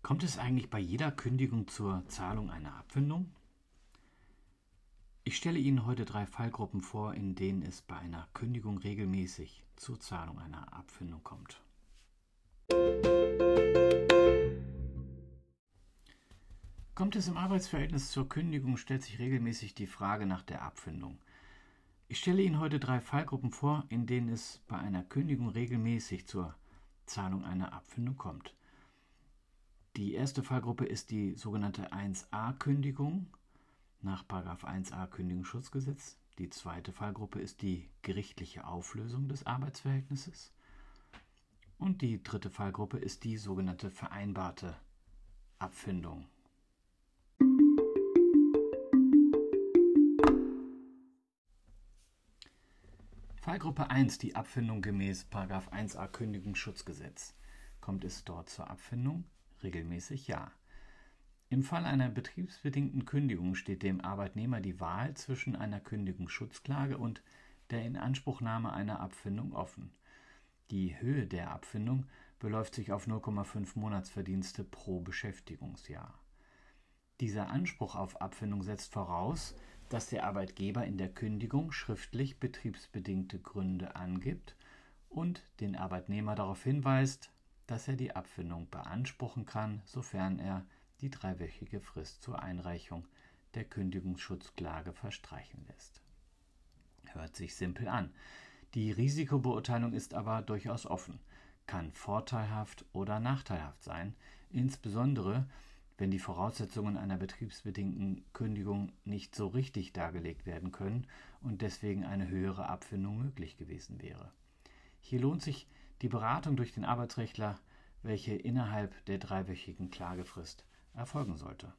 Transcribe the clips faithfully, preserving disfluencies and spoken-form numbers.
Kommt es eigentlich bei jeder Kündigung zur Zahlung einer Abfindung? Ich stelle Ihnen heute drei Fallgruppen vor, in denen es bei einer Kündigung regelmäßig zur Zahlung einer Abfindung kommt. Kommt es im Arbeitsverhältnis zur Kündigung, stellt sich regelmäßig die Frage nach der Abfindung. Ich stelle Ihnen heute drei Fallgruppen vor, in denen es bei einer Kündigung regelmäßig zur Zahlung einer Abfindung kommt. Die erste Fallgruppe ist die sogenannte eins a Kündigung nach Paragraph eins a Kündigungsschutzgesetz. Die zweite Fallgruppe ist die gerichtliche Auflösung des Arbeitsverhältnisses. Und die dritte Fallgruppe ist die sogenannte vereinbarte Abfindung. Fallgruppe eins, die Abfindung gemäß Paragraph eins a Kündigungsschutzgesetz. Kommt es dort zur Abfindung? Regelmäßig ja. Im Fall einer betriebsbedingten Kündigung steht dem Arbeitnehmer die Wahl zwischen einer Kündigungsschutzklage und der Inanspruchnahme einer Abfindung offen. Die Höhe der Abfindung beläuft sich auf null Komma fünf Monatsverdienste pro Beschäftigungsjahr. Dieser Anspruch auf Abfindung setzt voraus, dass der Arbeitgeber in der Kündigung schriftlich betriebsbedingte Gründe angibt und den Arbeitnehmer darauf hinweist, dass er die Abfindung beanspruchen kann, sofern er die dreiwöchige Frist zur Einreichung der Kündigungsschutzklage verstreichen lässt. Hört sich simpel an. Die Risikobeurteilung ist aber durchaus offen, kann vorteilhaft oder nachteilhaft sein, insbesondere wenn die Voraussetzungen einer betriebsbedingten Kündigung nicht so richtig dargelegt werden können und deswegen eine höhere Abfindung möglich gewesen wäre. Hier lohnt sich die Beratung durch den Arbeitsrechtler, welche innerhalb der dreiwöchigen Klagefrist erfolgen sollte.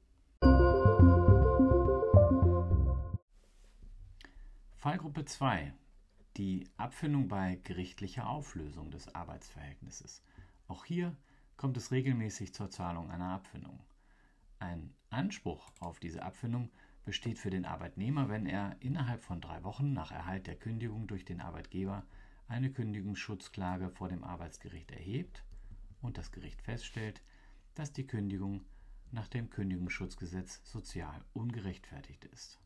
Fallgruppe zwei. Die Abfindung bei gerichtlicher Auflösung des Arbeitsverhältnisses. Auch hier kommt es regelmäßig zur Zahlung einer Abfindung. Ein Anspruch auf diese Abfindung besteht für den Arbeitnehmer, wenn er innerhalb von drei Wochen nach Erhalt der Kündigung durch den Arbeitgeber eine Kündigungsschutzklage vor dem Arbeitsgericht erhebt und das Gericht feststellt, dass die Kündigung nach dem Kündigungsschutzgesetz sozial ungerechtfertigt ist.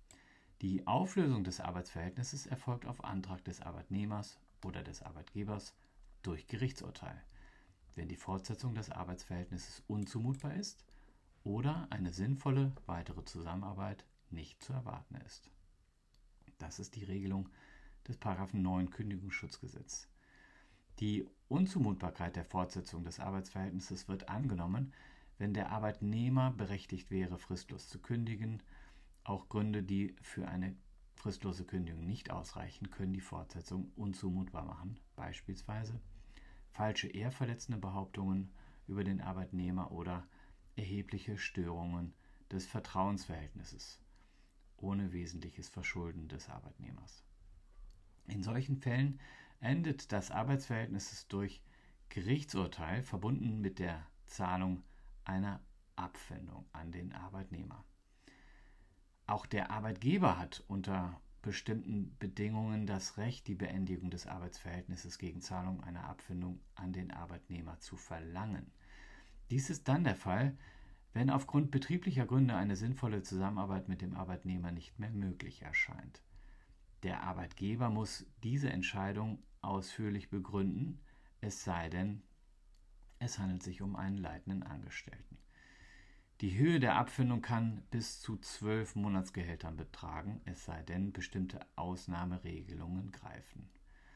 Die Auflösung des Arbeitsverhältnisses erfolgt auf Antrag des Arbeitnehmers oder des Arbeitgebers durch Gerichtsurteil, wenn die Fortsetzung des Arbeitsverhältnisses unzumutbar ist oder eine sinnvolle weitere Zusammenarbeit nicht zu erwarten ist. Das ist die Regelung des Paragraphen neun Kündigungsschutzgesetz. Die Unzumutbarkeit der Fortsetzung des Arbeitsverhältnisses wird angenommen, wenn der Arbeitnehmer berechtigt wäre, fristlos zu kündigen. Auch Gründe, die für eine fristlose Kündigung nicht ausreichen, können die Fortsetzung unzumutbar machen, beispielsweise falsche ehrverletzende Behauptungen über den Arbeitnehmer oder erhebliche Störungen des Vertrauensverhältnisses ohne wesentliches Verschulden des Arbeitnehmers. In solchen Fällen endet das Arbeitsverhältnis durch Gerichtsurteil, verbunden mit der Zahlung einer Abfindung an den Arbeitnehmer. Auch der Arbeitgeber hat unter bestimmten Bedingungen das Recht, die Beendigung des Arbeitsverhältnisses gegen Zahlung einer Abfindung an den Arbeitnehmer zu verlangen. Dies ist dann der Fall, wenn aufgrund betrieblicher Gründe eine sinnvolle Zusammenarbeit mit dem Arbeitnehmer nicht mehr möglich erscheint. Der Arbeitgeber muss diese Entscheidung ausführlich begründen, es sei denn, es handelt sich um einen leitenden Angestellten. Die Höhe der Abfindung kann bis zu zwölf Monatsgehältern betragen, es sei denn, bestimmte Ausnahmeregelungen greifen.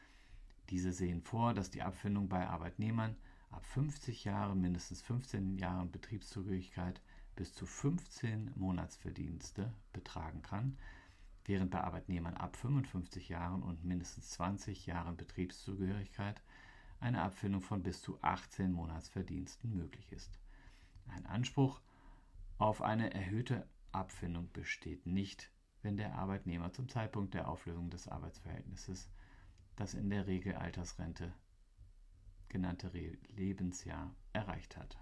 Diese sehen vor, dass die Abfindung bei Arbeitnehmern ab fünfzig Jahren, mindestens fünfzehn Jahren Betriebszugehörigkeit bis zu fünfzehn Monatsverdienste betragen kann, während bei Arbeitnehmern ab fünfundfünfzig Jahren und mindestens zwanzig Jahren Betriebszugehörigkeit eine Abfindung von bis zu achtzehn Monatsverdiensten möglich ist. Ein Anspruch auf eine erhöhte Abfindung besteht nicht, wenn der Arbeitnehmer zum Zeitpunkt der Auflösung des Arbeitsverhältnisses das in der Regel Altersrente genannte Lebensjahr erreicht hat.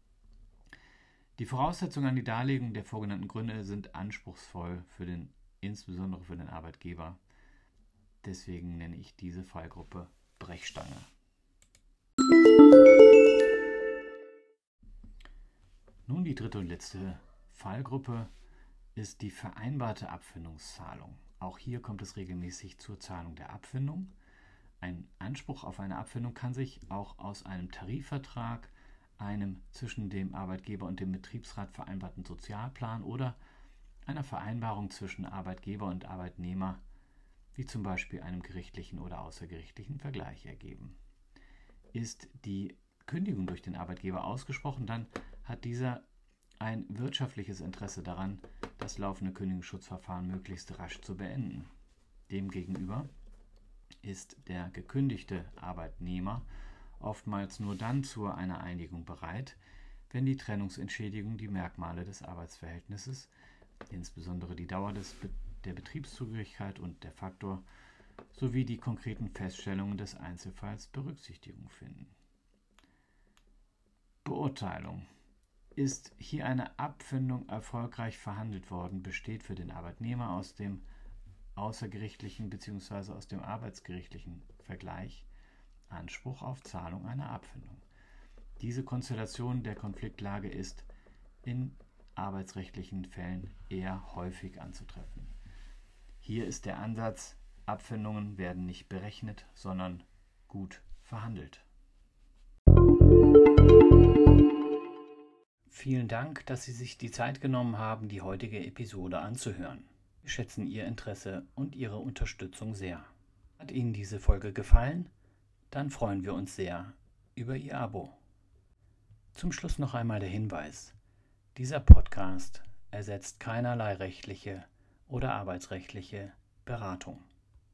Die Voraussetzungen an die Darlegung der vorgenannten Gründe sind anspruchsvoll, für den, insbesondere für den Arbeitgeber. Deswegen nenne ich diese Fallgruppe Brechstange. die dritte und letzte Fallgruppe ist die vereinbarte Abfindungszahlung. Auch hier kommt es regelmäßig zur Zahlung der Abfindung. Ein Anspruch auf eine Abfindung kann sich auch aus einem Tarifvertrag, einem zwischen dem Arbeitgeber und dem Betriebsrat vereinbarten Sozialplan oder einer Vereinbarung zwischen Arbeitgeber und Arbeitnehmer, wie zum Beispiel einem gerichtlichen oder außergerichtlichen Vergleich, ergeben. Ist die Kündigung durch den Arbeitgeber ausgesprochen, dann hat dieser ein wirtschaftliches Interesse daran, das laufende Kündigungsschutzverfahren möglichst rasch zu beenden. Demgegenüber ist der gekündigte Arbeitnehmer oftmals nur dann zu einer Einigung bereit, wenn die Trennungsentschädigung die Merkmale des Arbeitsverhältnisses, insbesondere die Dauer des Be- der Betriebszugehörigkeit und der Faktor sowie die konkreten Feststellungen des Einzelfalls Berücksichtigung finden. Beurteilung. Ist hier eine Abfindung erfolgreich verhandelt worden, besteht für den Arbeitnehmer aus dem außergerichtlichen bzw. aus dem arbeitsgerichtlichen Vergleich Anspruch auf Zahlung einer Abfindung. Diese Konstellation der Konfliktlage ist in arbeitsrechtlichen Fällen eher häufig anzutreffen. Hier ist der Ansatz, Abfindungen werden nicht berechnet, sondern gut verhandelt. Vielen Dank, dass Sie sich die Zeit genommen haben, die heutige Episode anzuhören. Wir schätzen Ihr Interesse und Ihre Unterstützung sehr. Hat Ihnen diese Folge gefallen? Dann freuen wir uns sehr über Ihr Abo. Zum Schluss noch einmal der Hinweis: Dieser Podcast ersetzt keinerlei rechtliche oder arbeitsrechtliche Beratung.